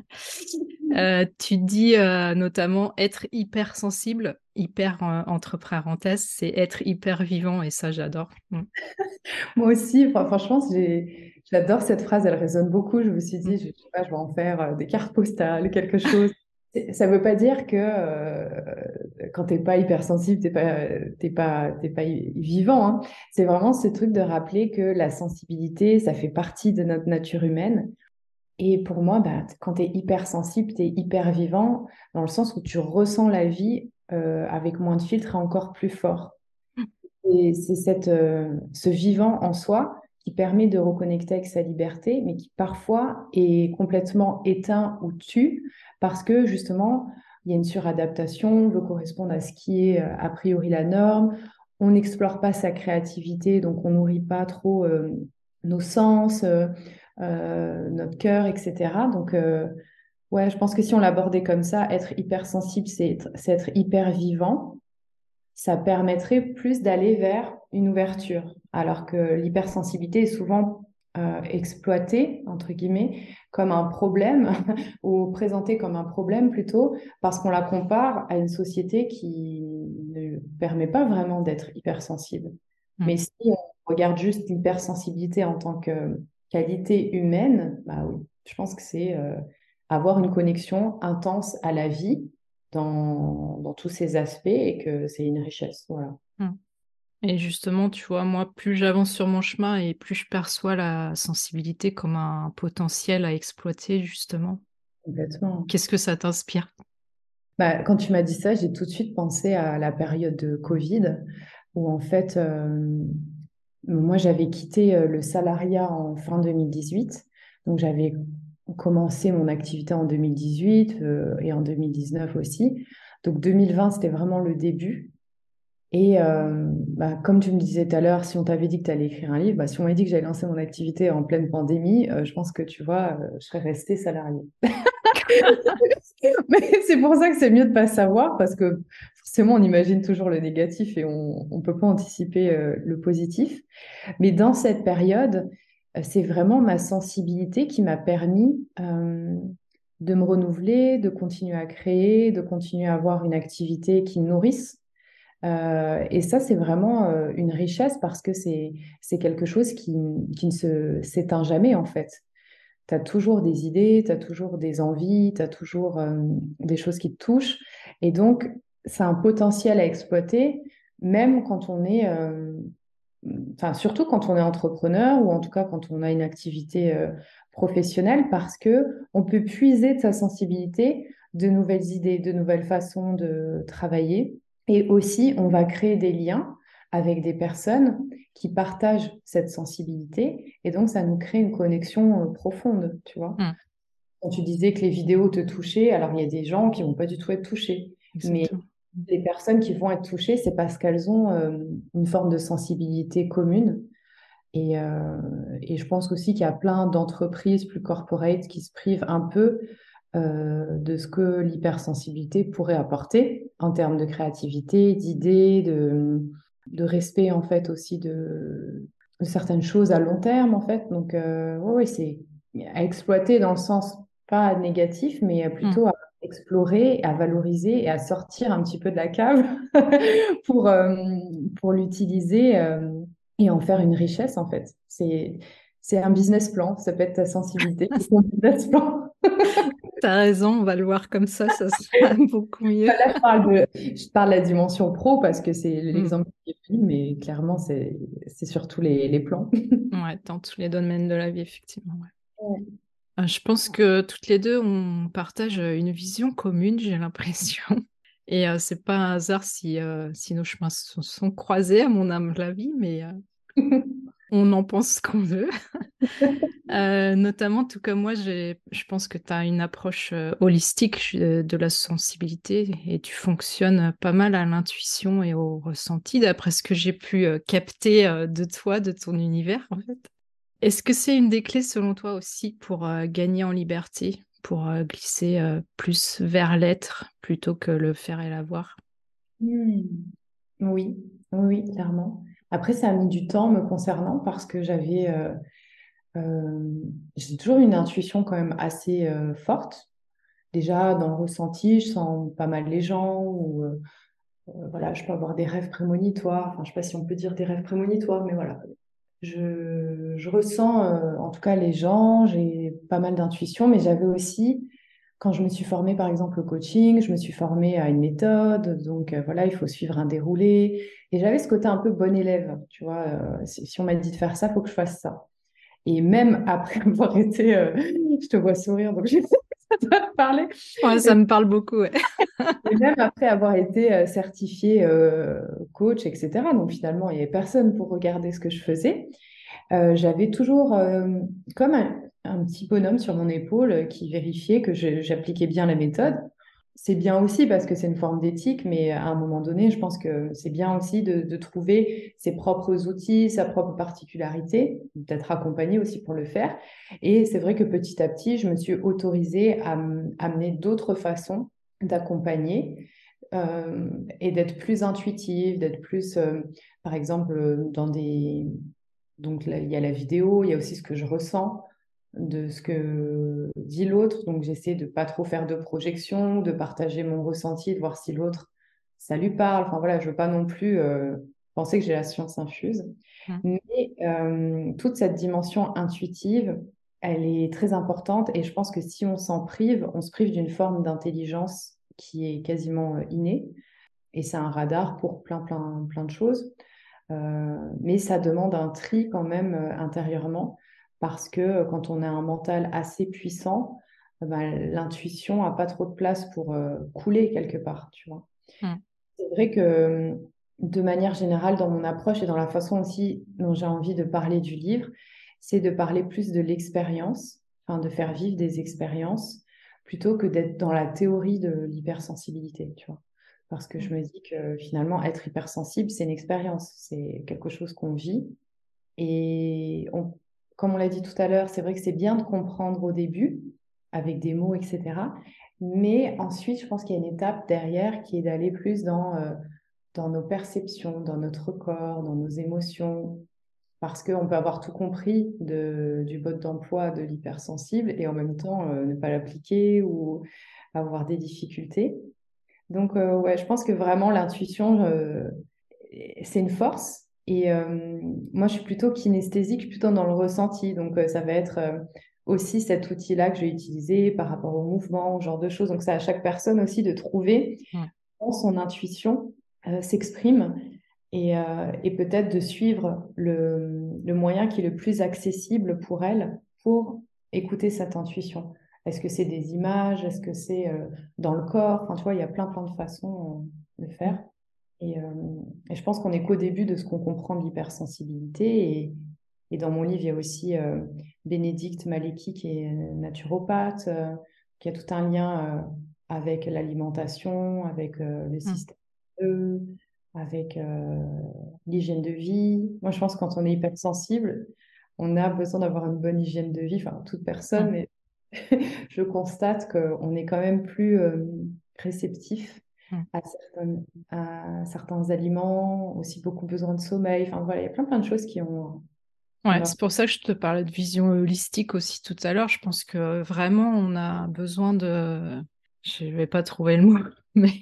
Euh, tu dis euh, notamment être hypersensible, hyper euh, entre parenthèses, c'est être hyper vivant, et ça j'adore. Mm. Moi aussi, fran- franchement, j'ai- j'adore cette phrase, elle résonne beaucoup. Je me suis dit, Mm. je, je sais pas, je vais en faire euh, des cartes postales, quelque chose. C'est- Ça ne veut pas dire que euh, quand t'es pas hypersensible, t'es pas, t'es pas, t'es pas y- vivant, hein. C'est vraiment ce truc de rappeler que la sensibilité, ça fait partie de notre nature humaine. Et pour moi, bah, t- quand tu es hypersensible, tu es hyper vivant, dans le sens où tu ressens la vie euh, avec moins de filtres et encore plus fort. Et c'est cette, euh, ce vivant en soi qui permet de reconnecter avec sa liberté, mais qui parfois est complètement éteint ou tue parce que justement, il y a une suradaptation, on veut correspondre à ce qui est euh, a priori la norme, on n'explore pas sa créativité, donc on nourrit pas trop euh, nos sens, euh, euh, notre cœur, et cetera. Donc, euh, ouais, je pense que si on l'abordait comme ça, être hypersensible, c'est être, c'est être hyper vivant. ça permettrait plus d'aller vers une ouverture, alors que l'hypersensibilité est souvent euh, exploitée, entre guillemets, comme un problème, ou présentée comme un problème plutôt, parce qu'on la compare à une société qui ne permet pas vraiment d'être hypersensible. Mm. Mais si on regarde juste l'hypersensibilité en tant que qualité humaine, bah oui, je pense que c'est euh, avoir une connexion intense à la vie dans, dans tous ces aspects et que c'est une richesse. Voilà. Mm. Et justement, tu vois, moi, plus j'avance sur mon chemin et plus je perçois la sensibilité comme un potentiel à exploiter, justement. Complètement. Qu'est-ce que ça t'inspire? Bah, quand tu m'as dit ça, j'ai tout de suite pensé à la période de Covid où en fait, euh, moi j'avais quitté euh, le salariat en fin deux mille dix-huit. Donc j'avais commencé mon activité en deux mille dix-huit euh, et en deux mille dix-neuf aussi. Donc deux mille vingt, c'était vraiment le début. Et euh, bah, comme tu me disais tout à l'heure, si on t'avait dit que tu allais écrire un livre, bah, si on m'avait dit que j'allais lancer mon activité en pleine pandémie, euh, je pense que tu vois, euh, je serais restée salariée. Mais c'est pour ça que c'est mieux de ne pas savoir parce que forcément, on imagine toujours le négatif et on ne peut pas anticiper euh, le positif. Mais dans cette période, euh, c'est vraiment ma sensibilité qui m'a permis euh, de me renouveler, de continuer à créer, de continuer à avoir une activité qui me nourrisse. Euh, et ça, c'est vraiment euh, une richesse parce que c'est, c'est quelque chose qui, qui ne se, s'éteint jamais en fait. Tu as toujours des idées, tu as toujours des envies, tu as toujours euh, des choses qui te touchent. Et donc, c'est un potentiel à exploiter, même quand on est, euh, enfin, surtout quand on est entrepreneur ou en tout cas quand on a une activité euh, professionnelle, parce que on peut puiser de sa sensibilité de nouvelles idées, de nouvelles façons de travailler. Et aussi, on va créer des liens avec des personnes qui partagent cette sensibilité. Et donc, ça nous crée une connexion euh, profonde, tu vois. Mm. Quand tu disais que les vidéos te touchaient, alors il y a des gens qui vont pas du tout être touchés. Mais Exactement. les personnes qui vont être touchées, c'est parce qu'elles ont euh, une forme de sensibilité commune. Et, euh, et je pense aussi qu'il y a plein d'entreprises plus corporate qui se privent un peu euh, de ce que l'hypersensibilité pourrait apporter en termes de créativité, d'idées, de, de respect en fait aussi de, de certaines choses à long terme en fait. Donc euh, oui, oui, c'est à exploiter dans le sens pas négatif, mais Mm. plutôt à explorer, à valoriser et à sortir un petit peu de la cave pour, euh, pour l'utiliser euh, et en faire une richesse en fait. C'est, c'est un business plan, ça peut être ta sensibilité, c'est ton business plan. T'as raison, on va le voir comme ça, ça sera beaucoup mieux. Là, je parle de, je parle de la dimension pro parce que c'est Mm. l'exemple qui est venu, mais clairement, c'est, c'est sur tous les, les plans. Ouais, dans tous les domaines de la vie, effectivement. Ouais. Ouais. Euh, Je pense que toutes les deux, on partage une vision commune, j'ai l'impression. Et euh, c'est pas un hasard si, euh, si nos chemins se sont croisés, à mon âme la vie, mais euh, on en pense ce qu'on veut. Euh, notamment, tout comme moi, j'ai, je pense que tu as une approche euh, holistique euh, de la sensibilité et tu fonctionnes pas mal à l'intuition et au ressenti, d'après ce que j'ai pu euh, capter euh, de toi, de ton univers, en fait. Est-ce que c'est une des clés, selon toi aussi, pour euh, gagner en liberté, pour euh, glisser euh, plus vers l'être plutôt que le faire et l'avoir? Hmm. Oui, oui, oui, clairement. Après, ça a mis du temps me concernant parce que j'avais, euh, euh, j'ai toujours une intuition quand même assez euh, forte. Déjà, dans le ressenti, je sens pas mal les gens ou euh, euh, voilà, je peux avoir des rêves prémonitoires. Enfin, je sais pas si on peut dire des rêves prémonitoires, mais voilà. Je, je ressens euh, en tout cas les gens, j'ai pas mal d'intuition, mais j'avais aussi, quand je me suis formée par exemple au coaching, je me suis formée à une méthode, donc euh, voilà, il faut suivre un déroulé. Et j'avais ce côté un peu bon élève, tu vois, euh, si, si on m'a dit de faire ça, il faut que je fasse ça. Et même après avoir été, euh, je te vois sourire, donc j'ai ça doit te parler. Ouais, ça me parle beaucoup, ouais. Et même après avoir été euh, certifiée euh, coach, et cetera. Donc finalement, il n'y avait personne pour regarder ce que je faisais. Euh, j'avais toujours euh, comme un, un petit bonhomme sur mon épaule euh, qui vérifiait que je- j'appliquais bien la méthode. C'est bien aussi parce que c'est une forme d'éthique, mais à un moment donné, je pense que c'est bien aussi de, de trouver ses propres outils, sa propre particularité, d'être accompagné aussi pour le faire. Et c'est vrai que petit à petit, je me suis autorisée à m- amener d'autres façons d'accompagner euh, et d'être plus intuitive, d'être plus, euh, par exemple, euh, dans des... Donc là, il y a la vidéo, il y a aussi ce que je ressens de ce que dit l'autre. Donc j'essaie de pas trop faire de projection, de partager mon ressenti, de voir si l'autre, ça lui parle. Enfin voilà, je veux pas non plus euh, penser que j'ai la science infuse. Mm. Mais euh, toute cette dimension intuitive, elle est très importante et je pense que si on s'en prive, on se prive d'une forme d'intelligence qui est quasiment euh, innée et c'est un radar pour plein, plein, plein de choses. Euh, mais ça demande un tri quand même euh, intérieurement parce que euh, quand on a un mental assez puissant, euh, ben, l'intuition n'a pas trop de place pour euh, couler quelque part, tu vois. Mm. C'est vrai que euh, de manière générale, dans mon approche et dans la façon aussi dont j'ai envie de parler du livre, c'est de parler plus de l'expérience, enfin de faire vivre des expériences, plutôt que d'être dans la théorie de l'hypersensibilité, tu vois. Parce que je me dis que finalement, être hypersensible, c'est une expérience, c'est quelque chose qu'on vit. Et on- comme on l'a dit tout à l'heure, c'est vrai que c'est bien de comprendre au début, avec des mots, et cetera. Mais ensuite, je pense qu'il y a une étape derrière qui est d'aller plus dans, euh, dans nos perceptions, dans notre corps, dans nos émotions, parce qu'on peut avoir tout compris de, du mode d'emploi de l'hypersensible et en même temps euh, ne pas l'appliquer ou avoir des difficultés. Donc, euh, ouais, je pense que vraiment l'intuition, euh, c'est une force. Et euh, moi, je suis plutôt kinesthésique, je suis plutôt dans le ressenti. Donc, euh, ça va être euh, aussi cet outil-là que je vais utiliser par rapport au mouvement, ce genre de choses. Donc, c'est à chaque personne aussi de trouver Mm. comment son intuition euh, s'exprime et, euh, et peut-être de suivre le, le moyen qui est le plus accessible pour elle pour écouter cette intuition. Est-ce que c'est des images? Est-ce que c'est euh, dans le corps? Enfin, tu vois, il y a plein, plein de façons euh, de Mm. faire. Et, euh, et je pense qu'on est qu'au début de ce qu'on comprend de l'hypersensibilité. Et, et dans mon livre, il y a aussi euh, Bénédicte Malecki, qui est euh, naturopathe, euh, qui a tout un lien euh, avec l'alimentation, avec euh, le Mm. système nerveux, avec euh, l'hygiène de vie. Moi, je pense que quand on est hypersensible, on a besoin d'avoir une bonne hygiène de vie. Enfin, toute personne, Mm. mais je constate qu'on est quand même plus euh, réceptif Mm. à certains, à certains aliments, aussi beaucoup besoin de sommeil. Enfin, voilà, il y a plein, plein de choses qui ont... Ouais, qu'on a... c'est pour ça que je te parlais de vision holistique aussi tout à l'heure. Je pense que vraiment, on a besoin de... Je vais pas trouver le mot, mais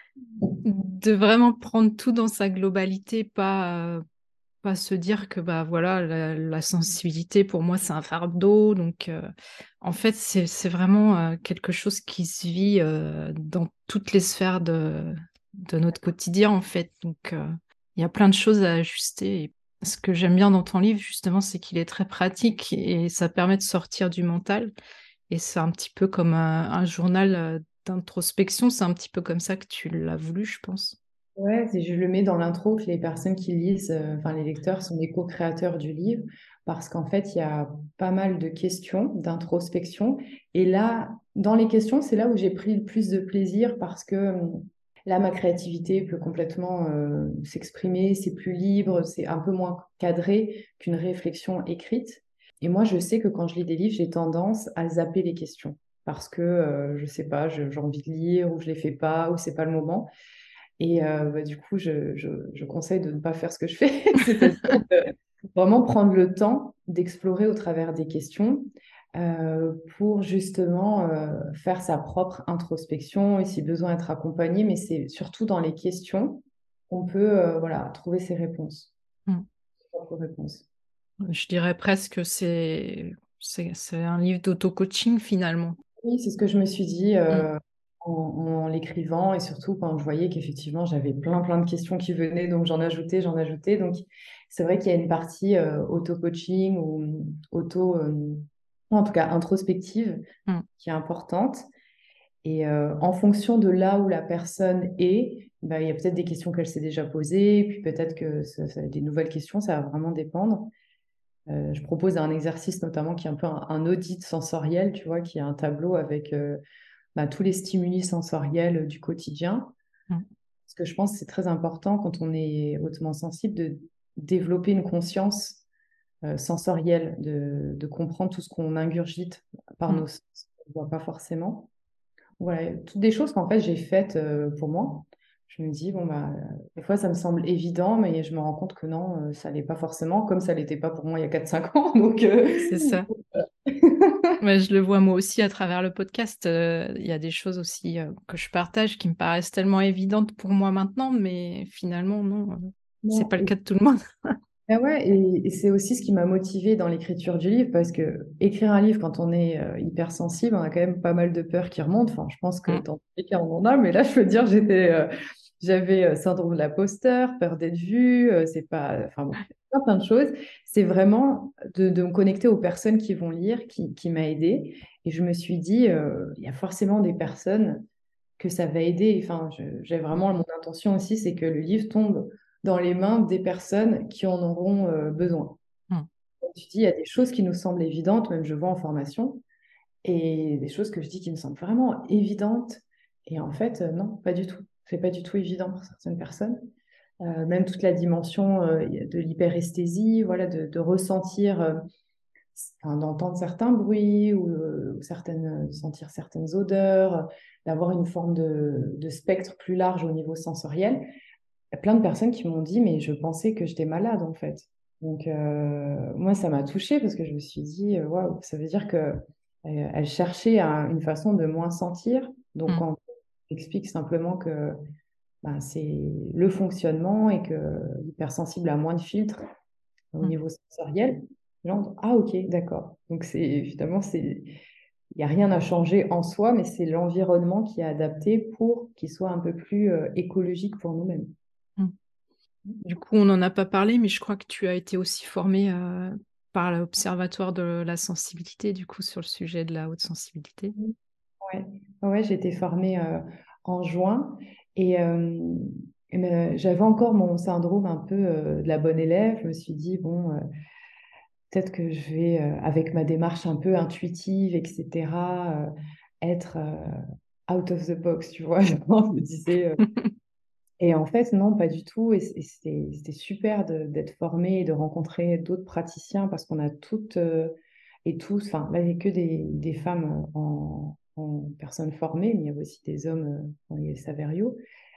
de vraiment prendre tout dans sa globalité, pas, euh, pas se dire que bah voilà, la, la sensibilité pour moi c'est un fardeau. Donc euh, en fait, c'est, c'est vraiment euh, quelque chose qui se vit euh, dans toutes les sphères de, de notre quotidien en fait. Donc euh, il y a plein de choses à ajuster. Et ce que j'aime bien dans ton livre, justement, c'est qu'il est très pratique et ça permet de sortir du mental. Et c'est un petit peu comme un, un journal euh, d'introspection. C'est un petit peu comme ça que tu l'as voulu, je pense. Ouais, c'est- je le mets dans l'intro que les personnes qui lisent, euh, enfin les lecteurs sont les co-créateurs du livre parce qu'en fait, il y a pas mal de questions d'introspection. Et là, dans les questions, c'est là où j'ai pris le plus de plaisir parce que euh, là, ma créativité peut complètement euh, s'exprimer, c'est plus libre, c'est un peu moins cadré qu'une réflexion écrite. Et moi, je sais que quand je lis des livres, j'ai tendance à zapper les questions parce que, euh, je sais pas, je- j'ai envie de lire ou je les fais pas ou c'est pas le moment. Et euh, bah, du coup, je, je, je conseille de ne pas faire ce que je fais, c'est-à-dire de vraiment prendre le temps d'explorer au travers des questions euh, pour justement euh, faire sa propre introspection et si besoin être accompagné, mais c'est surtout dans les questions qu'on peut euh, voilà, trouver ses réponses, Mm. ses propres réponses. Je dirais presque que c'est, c'est, c'est un livre d'auto-coaching finalement. Oui, c'est ce que je me suis dit Mm. euh, en, en l'écrivant et surtout quand je voyais qu'effectivement j'avais plein plein de questions qui venaient, donc j'en ajoutais, j'en ajoutais. Donc c'est vrai qu'il y a une partie euh, auto-coaching ou euh, auto, euh, en tout cas introspective Mm. qui est importante. Et euh, en fonction de là où la personne est, bah, il y a peut-être des questions qu'elle s'est déjà posées, puis peut-être que ça, ça- des nouvelles questions, ça va vraiment dépendre. Euh, je propose un exercice notamment qui est un peu un, un audit sensoriel, tu vois, qui est un tableau avec euh, bah, tous les stimuli sensoriels du quotidien. Mm. Parce que je pense que c'est très important quand on est hautement sensible de développer une conscience euh, sensorielle, de, de comprendre tout ce qu'on ingurgite par Mm. nos sens, qu'on ne voit pas forcément. voilà, toutes des choses qu'en fait j'ai faites euh, pour moi. Je me dis, bon, bah, euh, des fois ça me semble évident, mais je me rends compte que non, euh, ça l'est pas forcément, comme ça l'était pas pour moi il y a quatre cinq ans. Donc, euh, C'est ça. voilà. Ouais, je le vois moi aussi à travers le podcast. euh, Il y a des choses aussi euh, que je partage qui me paraissent tellement évidentes pour moi maintenant, mais finalement, non, euh, c'est Non, pas le et, cas de tout le monde. ah ouais, et, et c'est aussi ce qui m'a motivée dans l'écriture du livre, parce que écrire un livre quand on est euh, hypersensible, on a quand même pas mal de peurs qui remontent. Enfin, je pense que Mm, dans tous les cas, on en a, mais là, je veux dire, j'étais, euh, j'avais euh, syndrome de l'imposteur, peur d'être vue, euh, c'est pas, enfin bon, plein, plein de choses. C'est vraiment de, de me connecter aux personnes qui vont lire, qui, qui m'a aidée. Et je me suis dit, euh, il y a forcément des personnes que ça va aider. Enfin, je- j'ai vraiment mon intention aussi, c'est que le livre tombe dans les mains des personnes qui en auront euh, besoin. mm, Comme tu dis, il y a des choses qui nous semblent évidentes, même je vois en formation, et des choses que je dis qui me semblent vraiment évidentes. Et en fait, euh, non, pas du tout. C'est pas du tout évident pour certaines personnes. Euh, même toute la dimension euh, de l'hyperesthésie, voilà, de, de ressentir, euh, enfin, d'entendre certains bruits ou, euh, ou certaines, de sentir certaines odeurs, euh, d'avoir une forme de, de spectre plus large au niveau sensoriel. Il y a plein de personnes qui m'ont dit, mais je pensais que j'étais malade en fait. Donc, euh, moi, ça m'a touchée parce que je me suis dit, euh, waouh, ça veut dire que euh, elle cherchait un- une façon de moins sentir. Donc, mm, quand on explique simplement que ben, c'est le fonctionnement et que l'hypersensible a moins de filtres au mm. niveau sensoriel, les gens disent, ah ok, d'accord. Donc, c'est finalement, c'est, il n'y a rien à changer en soi, mais c'est l'environnement qui est adapté pour qu'il soit un peu plus euh, écologique pour nous-mêmes. Mm. Du coup, on n'en a pas parlé, mais je crois que tu as été aussi formée euh, par l'Observatoire de la sensibilité, du coup, sur le sujet de la haute sensibilité. Ouais, ouais, j'ai été formée euh, en juin et, euh, et ben, j'avais encore mon syndrome un peu euh, de la bonne élève. Je me suis dit, bon, euh, peut-être que je vais, euh, avec ma démarche un peu intuitive, et cetera, euh, être euh, out of the box, tu vois. Je me disais, euh, et en fait, non, pas du tout. Et, c- et c'était c'était super de- d'être formée et de rencontrer d'autres praticiens parce qu'on a toutes euh, et tous, enfin, là, il n'y a que des, des femmes en, en personnes formées, mais il y avait aussi des hommes euh, dans les Saverio,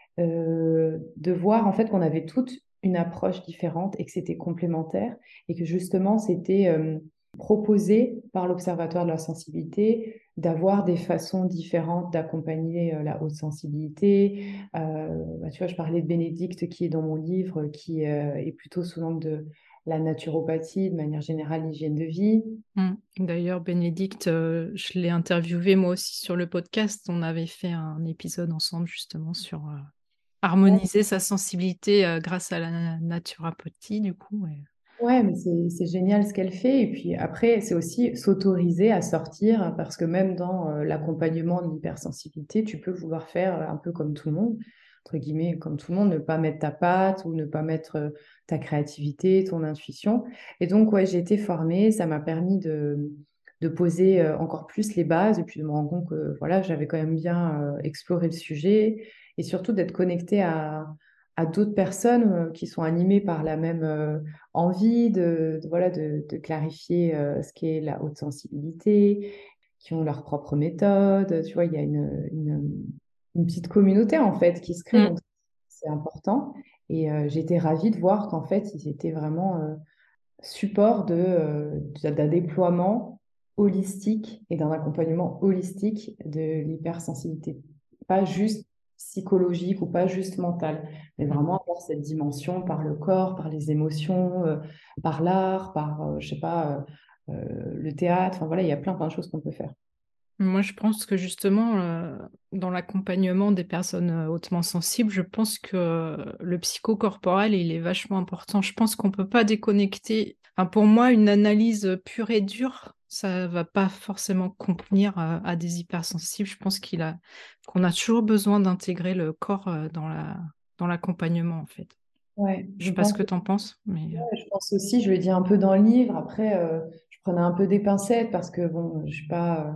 euh, de voir en fait qu'on avait toutes une approche différente et que c'était complémentaire et que justement, c'était euh, proposé par l'Observatoire de la sensibilité d'avoir des façons différentes d'accompagner euh, la haute sensibilité. Euh, bah, tu vois, je parlais de Bénédicte qui est dans mon livre, qui euh, est plutôt sous l'angle de la naturopathie, de manière générale, l'hygiène de vie. Mm. D'ailleurs, Bénédicte, euh, je l'ai interviewée moi aussi sur le podcast. On avait fait un épisode ensemble justement sur euh, harmoniser sa sensibilité euh, grâce à la naturopathie, du coup. Et- Ouais, mais c'est c'est génial ce qu'elle fait. Et puis après, c'est aussi s'autoriser à sortir parce que même dans euh, l'accompagnement de l'hypersensibilité, tu peux vouloir faire un peu comme tout le monde, entre guillemets, comme tout le monde, ne pas mettre ta patte ou ne pas mettre euh, ta créativité, ton intuition. Et donc, ouais, j'ai été formée, ça m'a permis de, de poser euh, encore plus les bases et puis de me rendre compte que voilà, j'avais quand même bien euh, exploré le sujet et surtout d'être connectée à, à d'autres personnes euh, qui sont animées par la même euh, envie de, de- voilà, de, de clarifier euh, ce qu'est la haute sensibilité, qui ont leur propre méthode. Tu vois, il y a une, une, une petite communauté en fait qui se crée, Mm. donc c'est important. Et euh, j'étais ravie de voir qu'en fait, ils étaient vraiment euh, support de, euh, d'un déploiement holistique et d'un accompagnement holistique de l'hypersensibilité. Pas juste psychologique ou pas juste mental, mais Mm. vraiment avoir cette dimension par le corps, par les émotions, euh, par l'art, par, euh, je sais pas, euh, euh, le théâtre. Enfin voilà, il y a plein, plein de choses qu'on peut faire. Moi, je pense que justement, euh, dans l'accompagnement des personnes euh, hautement sensibles, je pense que euh, le psychocorporel, il est vachement important. Je pense qu'on peut pas déconnecter. Enfin, pour moi, une analyse pure et dure, ça va pas forcément convenir à, à des hypersensibles. Je pense qu'il a, qu'on a toujours besoin d'intégrer le corps euh, dans la, dans l'accompagnement, en fait. Ouais, Je je sais pas ce pense que tu en penses, mais... euh, Ouais, je pense aussi, je le dis un peu dans le livre, après, euh, je prenais un peu des pincettes parce que, bon, je suis pas, euh,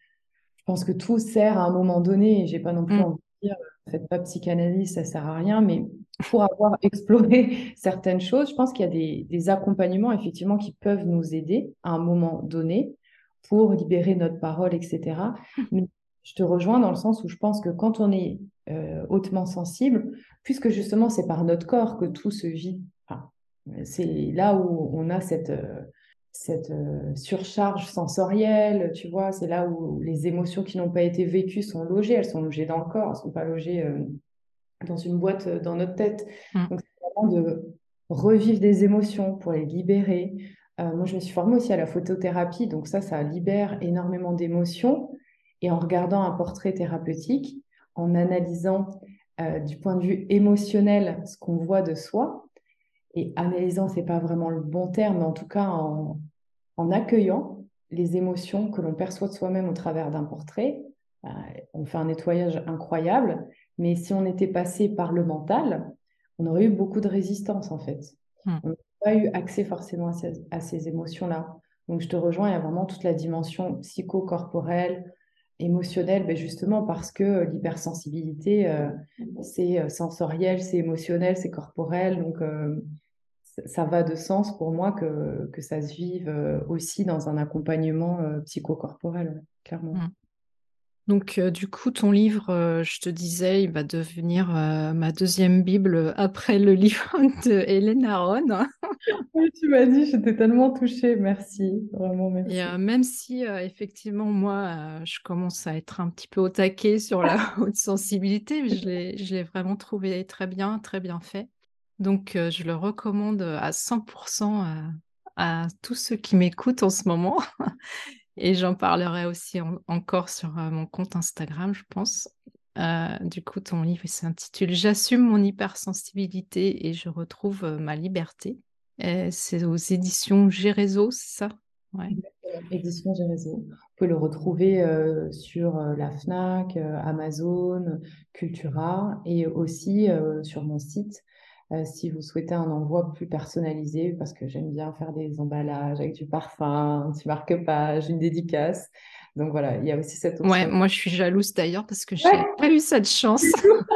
je pense que tout sert à un moment donné et j'ai pas non plus mm, envie de dire, euh, faites pas psychanalyse, ça sert à rien, mais pour avoir exploré certaines choses, je pense qu'il y a des, des accompagnements, effectivement, qui peuvent nous aider à un moment donné pour libérer notre parole, et cetera. Mais je te rejoins dans le sens où je pense que quand on est euh, hautement sensible, puisque justement c'est par notre corps que tout se vit, enfin, c'est là où on a cette, euh, cette euh, surcharge sensorielle, tu vois, c'est là où les émotions qui n'ont pas été vécues sont logées, elles sont logées dans le corps, elles ne sont pas logées euh, dans une boîte euh, dans notre tête. Mm. Donc c'est vraiment de revivre des émotions pour les libérer. Euh, moi, je me suis formée aussi à la photothérapie, donc ça, ça libère énormément d'émotions. Et en regardant un portrait thérapeutique, en analysant euh, du point de vue émotionnel ce qu'on voit de soi, et analysant, c'est pas vraiment le bon terme, mais en tout cas en, en accueillant les émotions que l'on perçoit de soi-même au travers d'un portrait, euh, on fait un nettoyage incroyable. Mais si on était passé par le mental, on aurait eu beaucoup de résistance en fait. Mm. On n'aurait pas eu accès forcément à ces, à ces émotions-là. Donc je te rejoins, il y a vraiment toute la dimension psycho-corporelle, émotionnelle, ben justement parce que l'hypersensibilité, euh, c'est euh, sensoriel, c'est émotionnel, c'est corporel. Donc euh, ça ça va de sens pour moi que, que ça se vive euh, aussi dans un accompagnement euh, psychocorporel, ouais, clairement. Mm. Donc, euh, du coup, ton livre, euh, je te disais, il va devenir euh, ma deuxième Bible après le livre de Hélène Aron. Oui, tu m'as dit, j'étais tellement touchée. Merci, vraiment Et merci. euh, même si, euh, effectivement, moi, euh, je commence à être un petit peu au taquet sur la haute sensibilité, mais je l'ai, je l'ai vraiment trouvé très bien, très bien fait. Donc, euh, je le recommande à cent pour cent à, à tous ceux qui m'écoutent en ce moment. Et j'en parlerai aussi en- encore sur euh, mon compte Instagram, je pense. Euh, du coup, ton livre il s'intitule «J'assume mon hypersensibilité et je retrouve euh, ma liberté». Et c'est aux éditions Gérézo, c'est ça? Ouais. Exactement. Édition Gérézo. Vous pouvez le retrouver euh, sur euh, la Fnac, euh, Amazon, Cultura et aussi euh, sur mon site euh, si vous souhaitez un envoi plus personnalisé parce que j'aime bien faire des emballages avec du parfum, un petit marque-page, une dédicace. Donc voilà, il y a aussi cette Ouais, option. moi je suis jalouse d'ailleurs parce que j'ai Ouais, pas eu cette chance.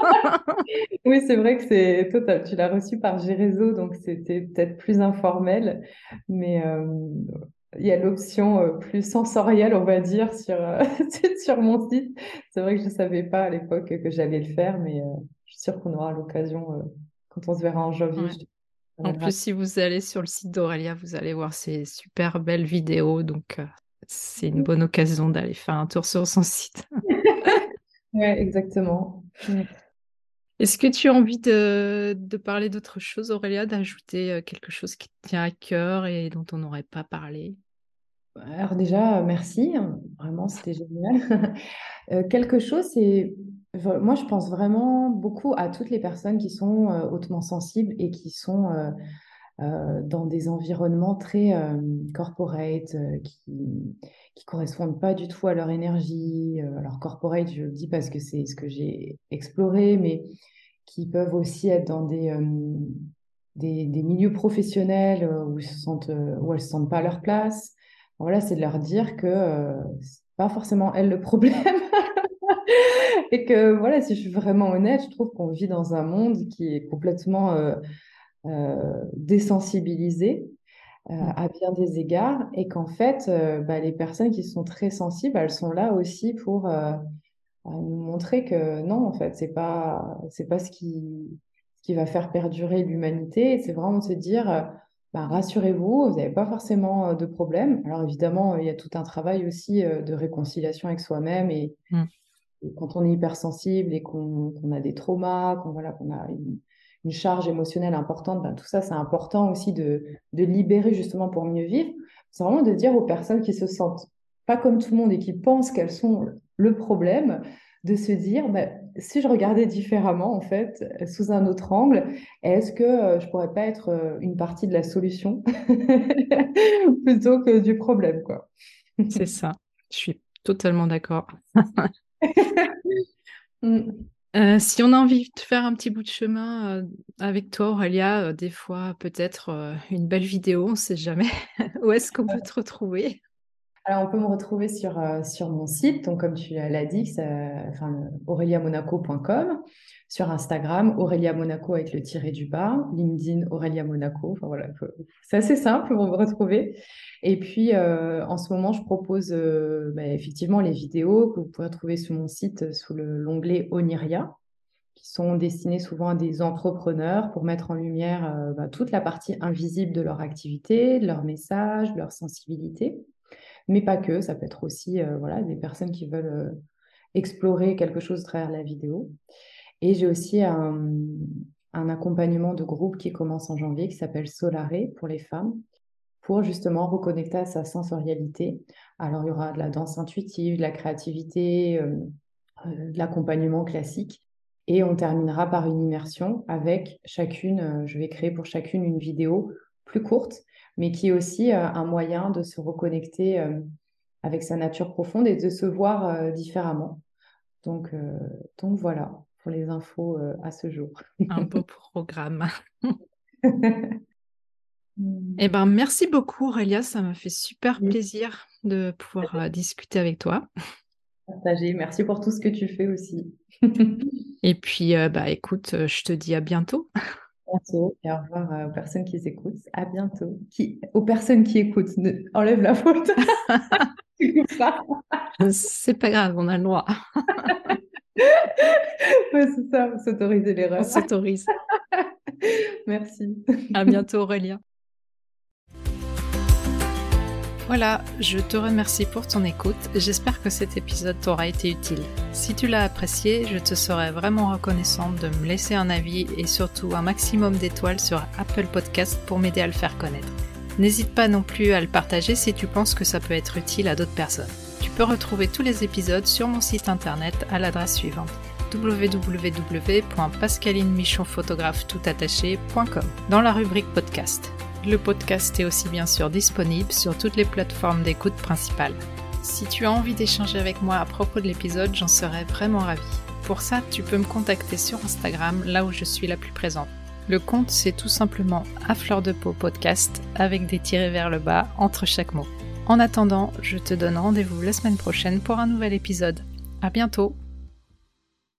oui, c'est vrai que c'est total. Tu l'as reçu par Gérézo, donc c'était peut-être plus informel, mais euh, il y a l'option euh, plus sensorielle, on va dire, sur, euh, sur mon site. C'est vrai que je ne savais pas à l'époque que j'allais le faire, mais euh, je suis sûre qu'on aura l'occasion, euh, quand on se verra en janvier, Ouais. je te En ramènerai. plus, si vous allez sur le site d'Aurélia, vous allez voir ces super belles vidéos. Donc, euh, c'est une bonne occasion d'aller faire un tour sur son site. Ouais, exactement. Mm. Est-ce que tu as envie de, de parler d'autre chose, Aurélia, d'ajouter euh, quelque chose qui te tient à cœur et dont on n'aurait pas parlé? Alors déjà, euh, merci. Vraiment, c'était génial. Euh, quelque chose, c'est... v- Moi, je pense vraiment beaucoup à toutes les personnes qui sont euh, hautement sensibles et qui sont euh, euh, dans des environnements très euh, corporate, euh, qui qui correspondent pas du tout à leur énergie. Euh, alors corporate, je le dis parce que c'est ce que j'ai exploré, mais qui peuvent aussi être dans des, euh, des, des milieux professionnels euh, où ils se sentent, euh, où elles se sentent pas à leur place. Voilà, c'est de leur dire que euh, c'est pas forcément elles le problème. Et que voilà, si je suis vraiment honnête, je trouve qu'on vit dans un monde qui est complètement euh, euh, désensibilisé euh, Mm. à bien des égards et qu'en fait, euh, bah, les personnes qui sont très sensibles, elles sont là aussi pour euh, nous montrer que non, en fait, c'est pas, c'est pas ce qui, ce qui va faire perdurer l'humanité. C'est vraiment de se dire, euh, bah, rassurez-vous, vous n'avez pas forcément euh, de problème. Alors évidemment, il y a tout un travail aussi euh, de réconciliation avec soi-même et, Mm. et quand on est hypersensible et qu'on qu'on a des traumas, qu'on voilà, qu'on a une, une charge émotionnelle importante, ben, tout ça, c'est important aussi de, de libérer justement pour mieux vivre. C'est vraiment de dire aux personnes qui se sentent pas comme tout le monde et qui pensent qu'elles sont le problème, de se dire, ben, si je regardais différemment, en fait, sous un autre angle, est-ce que euh, je pourrais pas être euh, une partie de la solution plutôt que du problème, quoi. C'est ça. Je suis totalement d'accord. Mm. Euh, si on a envie de faire un petit bout de chemin euh, avec toi, Aurélia, euh, des fois peut-être euh, une belle vidéo, on ne sait jamais. Où est-ce qu'on peut te retrouver? Alors, on peut me retrouver sur, euh, sur mon site, donc comme tu l'as dit, ça, enfin, aurelia monaco point com, sur Instagram, Aurelia Monaco avec le tiré du bas, LinkedIn, Aurelia Monaco, enfin voilà, faut- c'est assez simple pour me retrouver. Et puis, euh, en ce moment, je propose euh, bah, effectivement les vidéos que vous pourrez trouver sur mon site euh, sous le- l'onglet Oniria, qui sont destinées souvent à des entrepreneurs pour mettre en lumière euh, bah, toute la partie invisible de leur activité, de leur message, de leur sensibilité. Mais pas que, ça peut être aussi euh, voilà, des personnes qui veulent euh, explorer quelque chose à travers la vidéo. Et j'ai aussi un, un accompagnement de groupe qui commence en janvier qui s'appelle Solaré pour les femmes, pour justement reconnecter à sa sensorialité. Alors, il y aura de la danse intuitive, de la créativité, euh, euh, de l'accompagnement classique. Et on terminera par une immersion avec chacune, euh, je vais créer pour chacune une vidéo plus courte, mais qui est aussi euh, un moyen de se reconnecter euh, avec sa nature profonde et de se voir euh, différemment. Donc, euh, donc voilà pour les infos euh, à ce jour. Un beau programme. Mm. Eh ben, merci beaucoup, Aurélia. Ça me fait super plaisir de pouvoir euh, discuter avec toi. Partagé. Merci pour tout ce que tu fais aussi. Et puis, euh, bah, écoute, euh, je te dis à bientôt. Bientôt et au revoir euh, aux personnes qui écoutent. À bientôt. Qui... Aux personnes qui écoutent, ne- enlève la faute. Tu coupes pas. C'est pas grave, on a le droit. Ouais, c'est ça, s'autoriser On l'erreur. s'autorise. Merci. À bientôt, Aurélia. Voilà, je te remercie pour ton écoute. J'espère que cet épisode t'aura été utile. Si tu l'as apprécié, je te serais vraiment reconnaissante de me laisser un avis et surtout un maximum d'étoiles sur Apple Podcast pour m'aider à le faire connaître. N'hésite pas non plus à le partager si tu penses que ça peut être utile à d'autres personnes. Tu peux retrouver tous les épisodes sur mon site internet à l'adresse suivante w w w point pascaline michon photographe tout attaché point com dans la rubrique podcast. Le podcast est aussi bien sûr disponible sur toutes les plateformes d'écoute principales. Si tu as envie d'échanger avec moi à propos de l'épisode, j'en serais vraiment ravie. Pour ça, tu peux me contacter sur Instagram, là où je suis la plus présente. Le compte, c'est tout simplement à fleur de peau podcast avec des tirés vers le bas entre chaque mot. En attendant, je te donne rendez-vous la semaine prochaine pour un nouvel épisode. À bientôt!